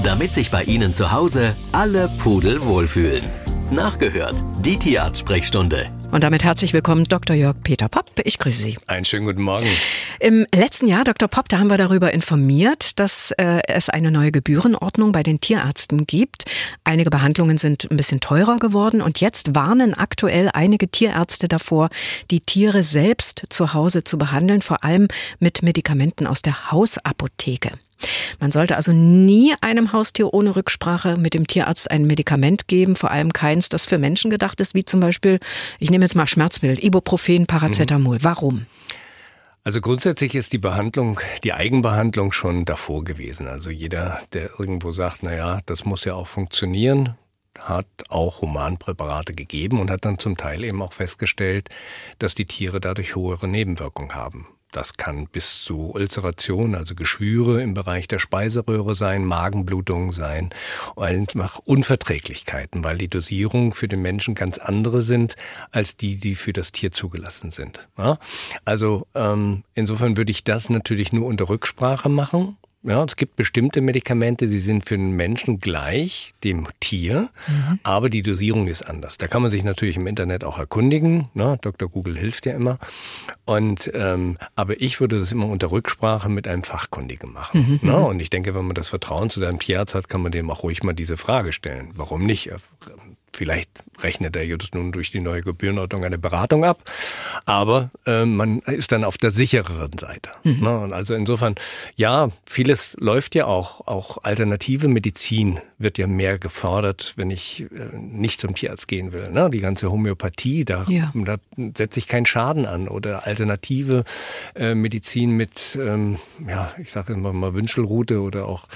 damit sich bei Ihnen zu Hause alle Pudel wohlfühlen. Nachgehört, die Tierarzt-Sprechstunde. Und damit herzlich willkommen, Dr. Jörg Peter Popp. Ich grüße Sie. Einen schönen guten Morgen. Im letzten Jahr, Dr. Popp, da haben wir darüber informiert, dass es eine neue Gebührenordnung bei den Tierärzten gibt. Einige Behandlungen sind ein bisschen teurer geworden und jetzt warnen aktuell einige Tierärzte davor, die Tiere selbst zu Hause zu behandeln, vor allem mit Medikamenten aus der Hausapotheke. Man sollte also nie einem Haustier ohne Rücksprache mit dem Tierarzt ein Medikament geben, vor allem keins, das für Menschen gedacht ist, wie zum Beispiel, ich nehme jetzt mal Schmerzmittel, Ibuprofen, Paracetamol. Warum? Also grundsätzlich ist die Behandlung, die Eigenbehandlung schon davor gewesen. Also jeder, der irgendwo sagt, naja, das muss ja auch funktionieren, hat auch Humanpräparate gegeben und hat dann zum Teil eben auch festgestellt, dass die Tiere dadurch höhere Nebenwirkungen haben. Das kann bis zu Ulceration, also Geschwüre im Bereich der Speiseröhre sein, Magenblutungen sein, einfach Unverträglichkeiten, weil die Dosierungen für den Menschen ganz andere sind als die für das Tier zugelassen sind. Ja? Also insofern würde ich das natürlich nur unter Rücksprache machen. Ja, es gibt bestimmte Medikamente, die sind für den Menschen gleich dem Tier, aber die Dosierung ist anders. Da kann man sich natürlich im Internet auch erkundigen. Ne? Dr. Google hilft ja immer. Und aber ich würde das immer unter Rücksprache mit einem Fachkundigen machen. Ne? Und ich denke, wenn man das Vertrauen zu deinem Tierarzt hat, kann man dem auch ruhig mal diese Frage stellen. Warum nicht? Vielleicht rechnet er jetzt nun durch die neue Gebührenordnung eine Beratung ab, aber man ist dann auf der sichereren Seite. Ne? Und also insofern, ja, vieles läuft ja auch alternative Medizin wird ja mehr gefordert, wenn ich nicht zum Tierarzt gehen will. Ne? Die ganze Homöopathie, da setze ich keinen Schaden an oder alternative Medizin mit, ich sage immer mal Wünschelrute oder auch,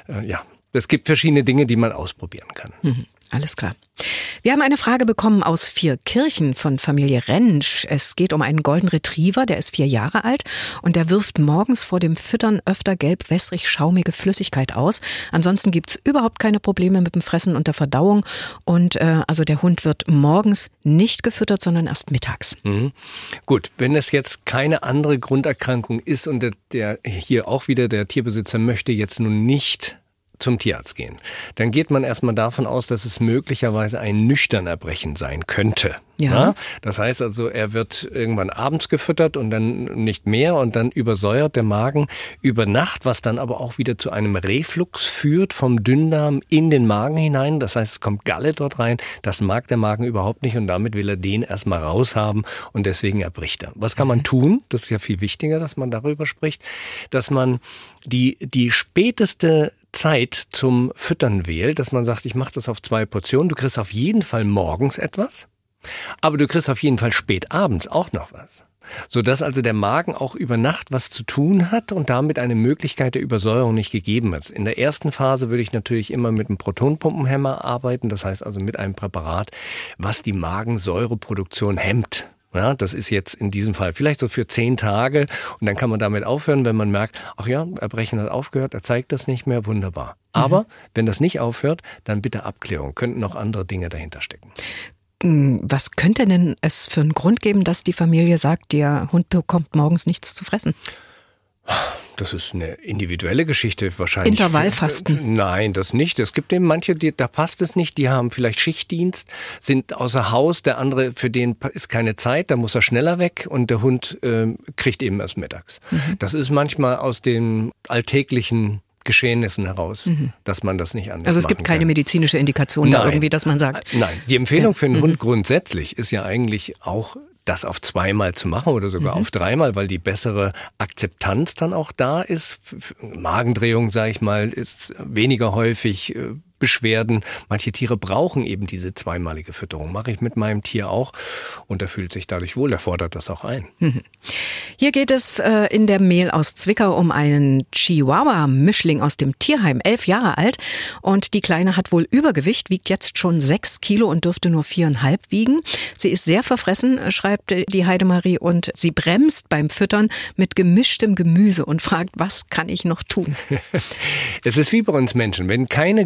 es gibt verschiedene Dinge, die man ausprobieren kann. Alles klar. Wir haben eine Frage bekommen aus Vierkirchen von Familie Rentsch. Es geht um einen Golden Retriever, der ist 4 Jahre alt und der wirft morgens vor dem Füttern öfter gelb-wässrig schaumige Flüssigkeit aus. Ansonsten gibt's überhaupt keine Probleme mit dem Fressen und der Verdauung und also der Hund wird morgens nicht gefüttert, sondern erst mittags. Gut, wenn es jetzt keine andere Grunderkrankung ist und der hier auch wieder der Tierbesitzer möchte jetzt nun nicht zum Tierarzt gehen, dann geht man erstmal davon aus, dass es möglicherweise ein Nüchternerbrechen sein könnte. Ja. Das heißt also, er wird irgendwann abends gefüttert und dann nicht mehr und dann übersäuert der Magen über Nacht, was dann aber auch wieder zu einem Reflux führt vom Dünndarm in den Magen hinein. Das heißt, es kommt Galle dort rein. Das mag der Magen überhaupt nicht und damit will er den erstmal raushaben und deswegen erbricht er. Was kann man tun? Das ist ja viel wichtiger, dass man darüber spricht, dass man die späteste Zeit zum Füttern wählt, dass man sagt, ich mache das auf 2 Portionen. Du kriegst auf jeden Fall morgens etwas, aber du kriegst auf jeden Fall spät abends auch noch was. Sodass also der Magen auch über Nacht was zu tun hat und damit eine Möglichkeit der Übersäuerung nicht gegeben ist. In der ersten Phase würde ich natürlich immer mit einem Protonpumpenhemmer arbeiten, das heißt also mit einem Präparat, was die Magensäureproduktion hemmt. Ja, das ist jetzt in diesem Fall vielleicht so für 10 Tage und dann kann man damit aufhören, wenn man merkt, ach ja, Erbrechen hat aufgehört, er zeigt das nicht mehr, wunderbar. Aber wenn das nicht aufhört, dann bitte Abklärung, könnten noch andere Dinge dahinter stecken. Was könnte denn es für einen Grund geben, dass die Familie sagt, der Hund bekommt morgens nichts zu fressen? Das ist eine individuelle Geschichte wahrscheinlich. Intervallfasten? Nein, das nicht. Es gibt eben manche, da passt es nicht, die haben vielleicht Schichtdienst, sind außer Haus, der andere, für den ist keine Zeit, da muss er schneller weg und der Hund kriegt eben erst mittags. Das ist manchmal aus den alltäglichen Geschehnissen heraus, dass man das nicht anders Also es gibt keine medizinische Indikation da irgendwie, dass man sagt. Nein, die Empfehlung für einen Hund grundsätzlich ist ja eigentlich auch, das auf 2-mal zu machen oder sogar auf 3-mal, weil die bessere Akzeptanz dann auch da ist. Magendrehung, sage ich mal, ist weniger häufig. Beschwerden. Manche Tiere brauchen eben diese 2-malige Fütterung. Mache ich mit meinem Tier auch und er fühlt sich dadurch wohl, er fordert das auch ein. Hier geht es in der Mail aus Zwickau um einen Chihuahua-Mischling aus dem Tierheim, 11 Jahre alt und die Kleine hat wohl Übergewicht, wiegt jetzt schon 6 Kilo und dürfte nur 4,5 wiegen. Sie ist sehr verfressen, schreibt die Heidemarie und sie bremst beim Füttern mit gemischtem Gemüse und fragt, was kann ich noch tun? Es ist wie bei uns Menschen, wenn keine gesundheitliche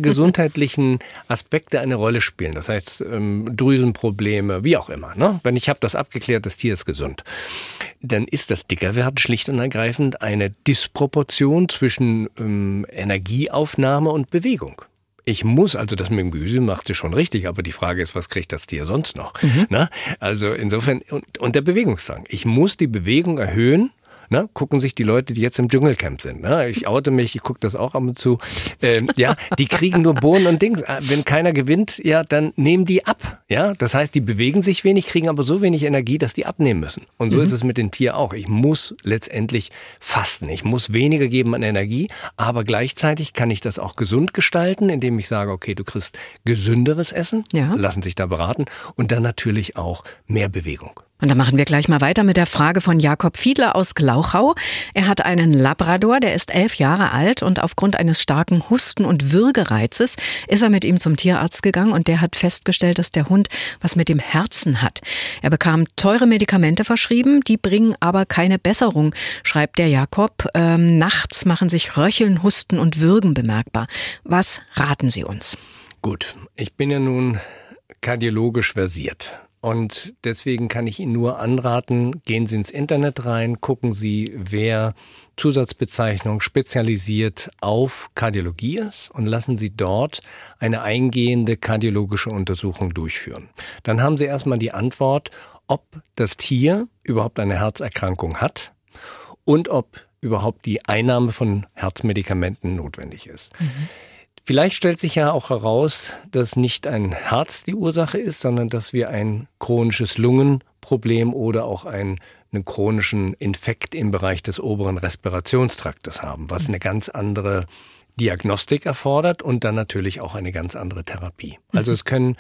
gesundheitlichen Aspekte eine Rolle spielen, das heißt Drüsenprobleme, wie auch immer, ne? Wenn ich habe das abgeklärt, das Tier ist gesund, dann ist das Dickerwerden schlicht und ergreifend eine Disproportion zwischen Energieaufnahme und Bewegung. Ich muss, also das mit dem Gemüse macht sie schon richtig, aber die Frage ist, was kriegt das Tier sonst noch? Ne? Also insofern, und der Bewegungsdrang. Ich muss die Bewegung erhöhen. Ne? Gucken sich die Leute, die jetzt im Dschungelcamp sind. Ne? Ich oute mich, ich gucke das auch ab und zu. Ja, die kriegen nur Bohnen und Dings. Wenn keiner gewinnt, ja, dann nehmen die ab. Ja, das heißt, die bewegen sich wenig, kriegen aber so wenig Energie, dass die abnehmen müssen. Und so ist es mit dem Tier auch. Ich muss letztendlich fasten. Ich muss weniger geben an Energie, aber gleichzeitig kann ich das auch gesund gestalten, indem ich sage, okay, du kriegst gesünderes Essen, lassen sich da beraten und dann natürlich auch mehr Bewegung. Und da machen wir gleich mal weiter mit der Frage von Jakob Fiedler aus Glauchau. Er hat einen Labrador, der ist 11 Jahre alt und aufgrund eines starken Husten- und Würgereizes ist er mit ihm zum Tierarzt gegangen und der hat festgestellt, dass der Hund was mit dem Herzen hat. Er bekam teure Medikamente verschrieben, die bringen aber keine Besserung, schreibt der Jakob. Nachts machen sich Röcheln, Husten und Würgen bemerkbar. Was raten Sie uns? Gut, ich bin ja nun kardiologisch versiert. Und deswegen kann ich Ihnen nur anraten, gehen Sie ins Internet rein, gucken Sie, wer Zusatzbezeichnung spezialisiert auf Kardiologie ist und lassen Sie dort eine eingehende kardiologische Untersuchung durchführen. Dann haben Sie erstmal die Antwort, ob das Tier überhaupt eine Herzerkrankung hat und ob überhaupt die Einnahme von Herzmedikamenten notwendig ist. Vielleicht stellt sich ja auch heraus, dass nicht ein Herz die Ursache ist, sondern dass wir ein chronisches Lungenproblem oder auch einen chronischen Infekt im Bereich des oberen Respirationstraktes haben, was eine ganz andere Diagnostik erfordert und dann natürlich auch eine ganz andere Therapie. Also es kann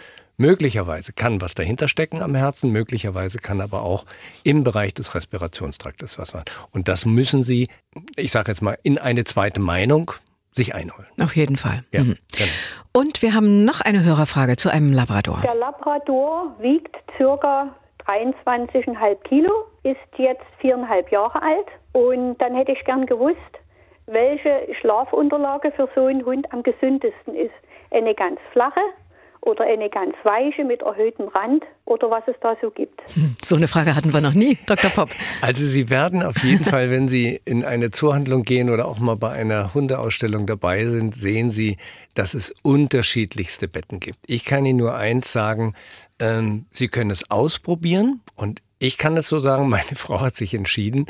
was dahinter stecken am Herzen, möglicherweise kann aber auch im Bereich des Respirationstraktes was sein. Und das müssen Sie, ich sage jetzt mal, in eine zweite Meinung sich einholen. Auf jeden Fall. Ja, genau. Und wir haben noch eine Hörerfrage zu einem Labrador. Der Labrador wiegt ca. 23,5 Kilo, ist jetzt 4,5 Jahre alt. Und dann hätte ich gern gewusst, welche Schlafunterlage für so einen Hund am gesündesten ist. Eine ganz flache oder eine ganz weiche mit erhöhtem Rand oder was es da so gibt. So eine Frage hatten wir noch nie, Dr. Popp. Also Sie werden auf jeden Fall, wenn Sie in eine Zoohandlung gehen oder auch mal bei einer Hundeausstellung dabei sind, sehen Sie, dass es unterschiedlichste Betten gibt. Ich kann Ihnen nur eins sagen, Sie können es ausprobieren und ich kann es so sagen, meine Frau hat sich entschieden,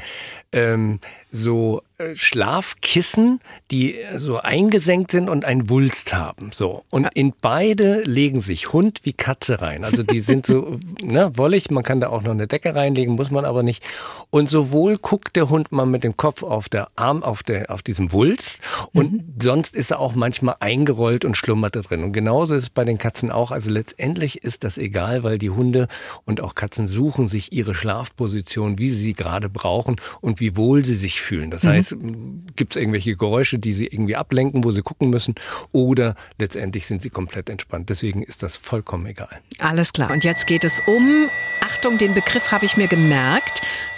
so Schlafkissen, die so eingesenkt sind und einen Wulst haben. So. Und in beide legen sich Hund wie Katze rein. Also die sind so wollig, man kann da auch noch eine Decke reinlegen, muss man aber nicht. Und sowohl guckt der Hund mal mit dem Kopf auf der Arm, auf diesem Wulst und sonst ist er auch manchmal eingerollt und schlummert da drin. Und genauso ist es bei den Katzen auch. Also letztendlich ist das egal, weil die Hunde und auch Katzen suchen sich ihre Schlafposition, wie sie gerade brauchen und wie wohl sie sich fühlen. Das heißt, gibt es irgendwelche Geräusche, die sie irgendwie ablenken, wo sie gucken müssen oder letztendlich sind sie komplett entspannt. Deswegen ist das vollkommen egal. Alles klar. Und jetzt geht es um, Achtung, den Begriff habe ich mir gemerkt,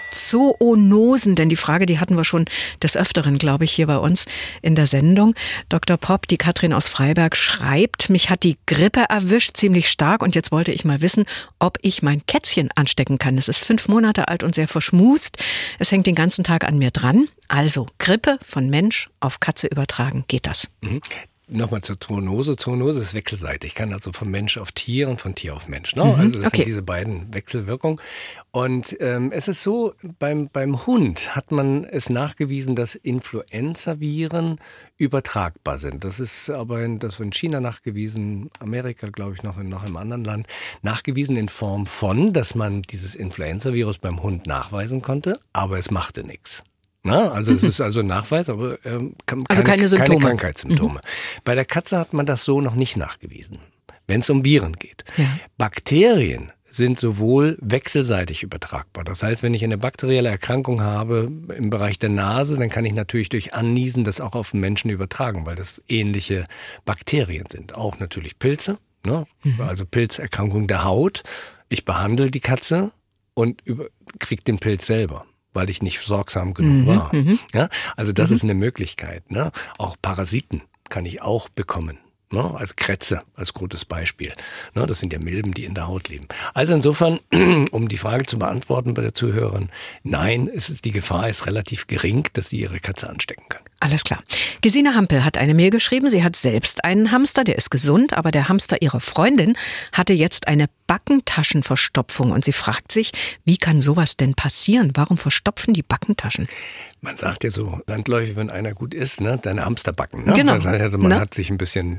Zoonosen, denn die Frage, die hatten wir schon des Öfteren, glaube ich, hier bei uns in der Sendung. Dr. Popp, die Katrin aus Freiberg schreibt, mich hat die Grippe erwischt, ziemlich stark und jetzt wollte ich mal wissen, ob ich mein Kätzchen anstecken kann. Es ist 5 Monate alt und sehr verschmust. Es hängt den ganzen Tag an mir dran. Also Grippe von Mensch auf Katze übertragen, geht das? Nochmal zur Zoonose. Zoonose ist wechselseitig. Kann also von Mensch auf Tier und von Tier auf Mensch. Ne? Also das sind diese beiden Wechselwirkungen. Und es ist so, beim Hund hat man es nachgewiesen, dass Influenza-Viren übertragbar sind. Das ist aber das in China nachgewiesen, Amerika glaube ich noch in einem anderen Land, nachgewiesen in Form von, dass man dieses Influenza-Virus beim Hund nachweisen konnte, aber es machte nichts. Na, also es ist also Nachweis, aber keine Krankheitssymptome. Bei der Katze hat man das so noch nicht nachgewiesen, wenn es um Viren geht. Ja. Bakterien sind sowohl wechselseitig übertragbar. Das heißt, wenn ich eine bakterielle Erkrankung habe im Bereich der Nase, dann kann ich natürlich durch Anniesen das auch auf den Menschen übertragen, weil das ähnliche Bakterien sind. Auch natürlich Pilze, ne? Also Pilzerkrankung der Haut. Ich behandle die Katze und kriege den Pilz selber, weil ich nicht sorgsam genug war. Ja? Also das ist eine Möglichkeit. Ne? Auch Parasiten kann ich auch bekommen. Ne, als Krätze, als gutes Beispiel. Ne, das sind ja Milben, die in der Haut leben. Also insofern, um die Frage zu beantworten bei der Zuhörerin, nein, die Gefahr ist relativ gering, dass sie ihre Katze anstecken kann. Alles klar. Gesine Hampel hat eine Mail geschrieben. Sie hat selbst einen Hamster, der ist gesund, aber der Hamster ihrer Freundin hatte jetzt eine Backentaschenverstopfung und sie fragt sich, wie kann sowas denn passieren? Warum verstopfen die Backentaschen? Man sagt ja so landläufig, wenn einer gut isst, ne, deine Hamsterbacken. Ne? Genau. Das heißt, man hat sich ein bisschen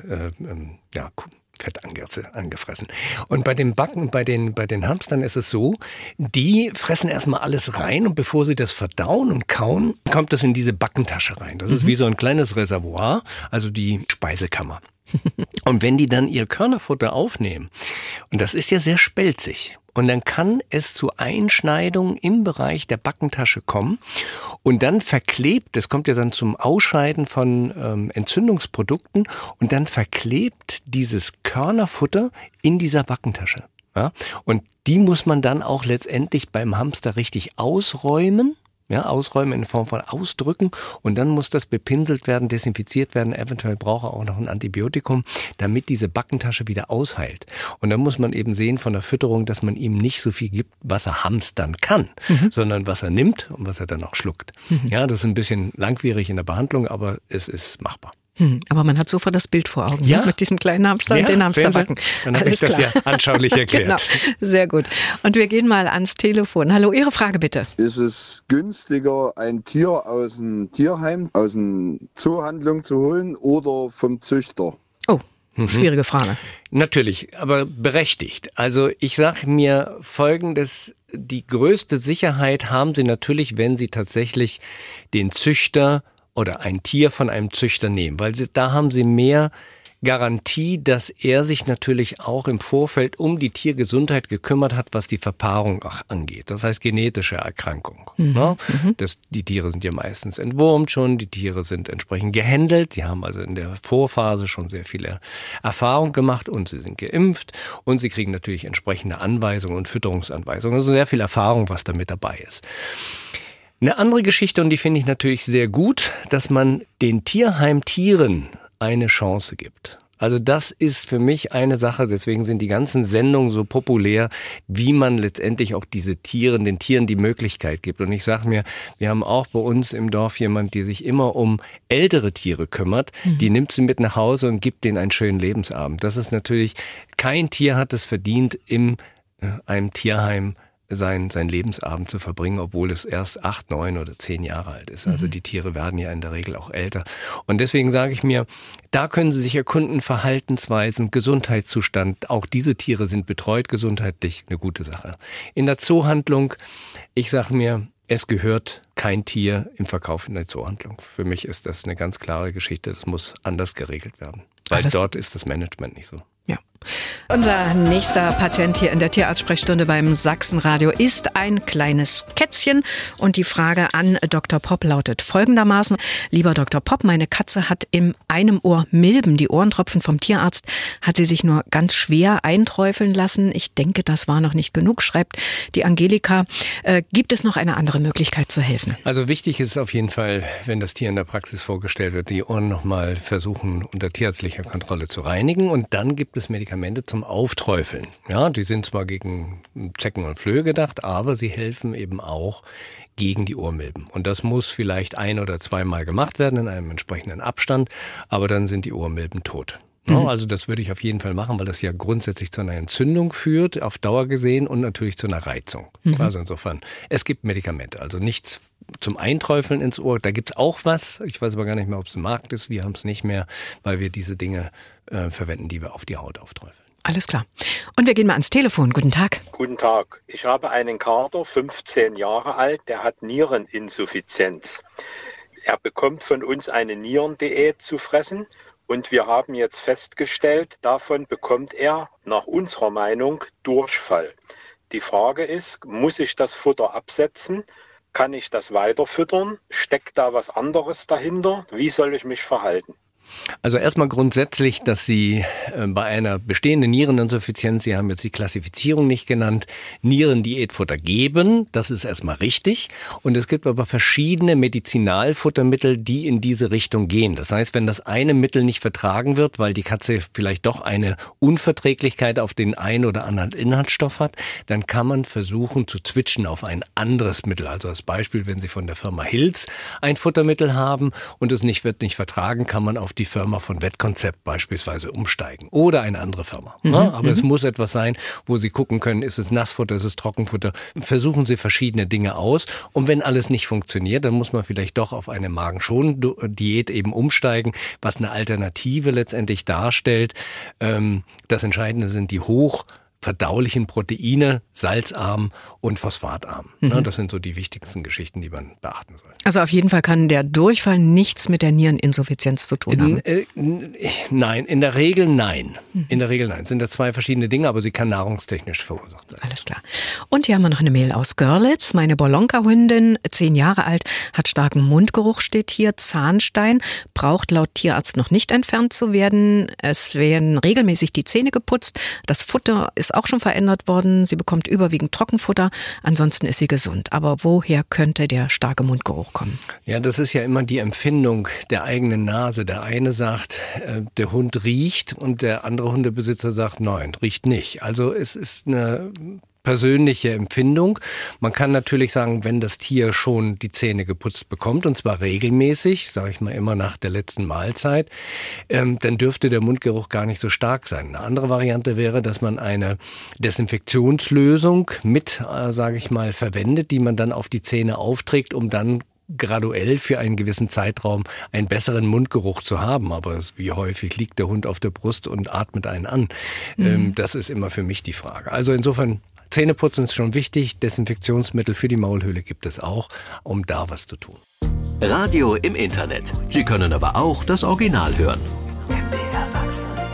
Fett angefressen. Und bei den Hamstern ist es so, die fressen erstmal alles rein und bevor sie das verdauen und kauen, kommt das in diese Backentasche rein. Das ist wie so ein kleines Reservoir, also die Speisekammer. Und wenn die dann ihr Körnerfutter aufnehmen, und das ist ja sehr spelzig, und dann kann es zu Einschneidungen im Bereich der Backentasche kommen und dann verklebt, das kommt ja dann zum Ausscheiden von Entzündungsprodukten und dann verklebt dieses Körnerfutter in dieser Backentasche. Ja? Und die muss man dann auch letztendlich beim Hamster richtig ausräumen. Ja, ausräumen in Form von Ausdrücken und dann muss das bepinselt werden, desinfiziert werden, eventuell braucht er auch noch ein Antibiotikum, damit diese Backentasche wieder ausheilt. Und dann muss man eben sehen von der Fütterung, dass man ihm nicht so viel gibt, was er hamstern kann, sondern was er nimmt und was er dann auch schluckt. Ja, das ist ein bisschen langwierig in der Behandlung, aber es ist machbar. Aber man hat sofort das Bild vor Augen, ja, mit diesem kleinen Hamster und den Hamsterbacken. Dann habe ich das ja anschaulich erklärt. Genau, sehr gut. Und wir gehen mal ans Telefon. Hallo, Ihre Frage bitte. Ist es günstiger, ein Tier aus dem Tierheim, aus einer Zoohandlung zu holen oder vom Züchter? Oh, schwierige Frage. Natürlich, aber berechtigt. Also ich sage mir Folgendes, die größte Sicherheit haben Sie natürlich, wenn Sie tatsächlich den Züchter oder ein Tier von einem Züchter nehmen, weil da haben Sie mehr Garantie, dass er sich natürlich auch im Vorfeld um die Tiergesundheit gekümmert hat, was die Verpaarung auch angeht. Das heißt genetische Erkrankung. Die Tiere sind ja meistens entwurmt schon, die Tiere sind entsprechend gehändelt, die haben also in der Vorphase schon sehr viele Erfahrung gemacht und sie sind geimpft und sie kriegen natürlich entsprechende Anweisungen und Fütterungsanweisungen. Also sehr viel Erfahrung, was da mit dabei ist. Eine andere Geschichte, und die finde ich natürlich sehr gut, dass man den Tierheimtieren eine Chance gibt. Also das ist für mich eine Sache, deswegen sind die ganzen Sendungen so populär, wie man letztendlich auch den Tieren die Möglichkeit gibt. Und ich sage mir, wir haben auch bei uns im Dorf jemand, die sich immer um ältere Tiere kümmert, die nimmt sie mit nach Hause und gibt denen einen schönen Lebensabend. Das ist natürlich, kein Tier hat es verdient, in einem Tierheim sein Lebensabend zu verbringen, obwohl es erst 8, 9 oder 10 Jahre alt ist. Also die Tiere werden ja in der Regel auch älter. Und deswegen sage ich mir, da können Sie sich erkunden, Verhaltensweisen, Gesundheitszustand. Auch diese Tiere sind betreut gesundheitlich, eine gute Sache. In der Zoohandlung, ich sage mir, es gehört kein Tier im Verkauf in der Zoohandlung. Für mich ist das eine ganz klare Geschichte. Das muss anders geregelt werden. Weil dort ist das Management nicht so. Ja. Unser nächster Patient hier in der Tierarztsprechstunde beim Sachsenradio ist ein kleines Kätzchen. Und die Frage an Dr. Popp lautet folgendermaßen. Lieber Dr. Popp, meine Katze hat in einem Ohr Milben. Die Ohrentropfen vom Tierarzt hat sie sich nur ganz schwer einträufeln lassen. Ich denke, das war noch nicht genug, schreibt die Angelika. Gibt es noch eine andere Möglichkeit zu helfen? Also wichtig ist auf jeden Fall, wenn das Tier in der Praxis vorgestellt wird, die Ohren nochmal versuchen, unter tierärztlicher Kontrolle zu reinigen. Und dann gibt es Medikamente zum Aufträufeln. Ja, die sind zwar gegen Zecken und Flöhe gedacht, aber sie helfen eben auch gegen die Ohrmilben. Und das muss vielleicht 1- oder 2-mal gemacht werden in einem entsprechenden Abstand, aber dann sind die Ohrmilben tot. Also das würde ich auf jeden Fall machen, weil das ja grundsätzlich zu einer Entzündung führt, auf Dauer gesehen, und natürlich zu einer Reizung. Also insofern, es gibt Medikamente, also nichts zum Einträufeln ins Ohr. Da gibt's auch was, ich weiß aber gar nicht mehr, ob es im Markt ist, wir haben es nicht mehr, weil wir diese Dinge verwenden, die wir auf die Haut aufträufeln. Alles klar. Und wir gehen mal ans Telefon. Guten Tag. Guten Tag. Ich habe einen Kater, 15 Jahre alt, der hat Niereninsuffizienz. Er bekommt von uns eine Nierendiät zu fressen. Und wir haben jetzt festgestellt, davon bekommt er nach unserer Meinung Durchfall. Die Frage ist, muss ich das Futter absetzen? Kann ich das weiter füttern? Steckt da was anderes dahinter? Wie soll ich mich verhalten? Also erstmal grundsätzlich, dass Sie bei einer bestehenden Niereninsuffizienz, Sie haben jetzt die Klassifizierung nicht genannt, Nierendiätfutter geben. Das ist erstmal richtig. Und es gibt aber verschiedene Medizinalfuttermittel, die in diese Richtung gehen. Das heißt, wenn das eine Mittel nicht vertragen wird, weil die Katze vielleicht doch eine Unverträglichkeit auf den einen oder anderen Inhaltsstoff hat, dann kann man versuchen zu switchen auf ein anderes Mittel. Also als Beispiel, wenn Sie von der Firma Hills ein Futtermittel haben und es wird nicht vertragen, kann man auf die Firma von Wettkonzept beispielsweise umsteigen oder eine andere Firma. Aber es muss etwas sein, wo Sie gucken können, ist es Nassfutter, ist es Trockenfutter. Versuchen Sie verschiedene Dinge aus. Und wenn alles nicht funktioniert, dann muss man vielleicht doch auf eine Magenschondiät eben umsteigen, was eine Alternative letztendlich darstellt. Das Entscheidende sind die hochverdaulichen Proteine, salzarm und phosphatarm. Das sind so die wichtigsten Geschichten, die man beachten soll. Also auf jeden Fall kann der Durchfall nichts mit der Niereninsuffizienz zu tun haben? Nein, in der Regel nein. In der Regel nein. Es sind ja zwei verschiedene Dinge, aber sie kann nahrungstechnisch verursacht sein. Alles klar. Und hier haben wir noch eine Mail aus Görlitz. Meine Bolonka-Hündin, 10 Jahre alt, hat starken Mundgeruch, steht hier, Zahnstein, braucht laut Tierarzt noch nicht entfernt zu werden. Es werden regelmäßig die Zähne geputzt. Das Futter ist auch schon verändert worden. Sie bekommt überwiegend Trockenfutter. Ansonsten ist sie gesund. Aber woher könnte der starke Mundgeruch kommen? Ja, das ist ja immer die Empfindung der eigenen Nase. Der eine sagt, der Hund riecht und der andere Hundebesitzer sagt, nein, riecht nicht. Also es ist eine persönliche Empfindung. Man kann natürlich sagen, wenn das Tier schon die Zähne geputzt bekommt, und zwar regelmäßig, sage ich mal immer nach der letzten Mahlzeit, dann dürfte der Mundgeruch gar nicht so stark sein. Eine andere Variante wäre, dass man eine Desinfektionslösung mit, sage ich mal, verwendet, die man dann auf die Zähne aufträgt, um dann graduell für einen gewissen Zeitraum einen besseren Mundgeruch zu haben. Aber wie häufig liegt der Hund auf der Brust und atmet einen an? Das ist immer für mich die Frage. Also insofern, Zähneputzen ist schon wichtig. Desinfektionsmittel für die Maulhöhle gibt es auch, um da was zu tun. Radio im Internet. Sie können aber auch das Original hören. MDR Sachsen.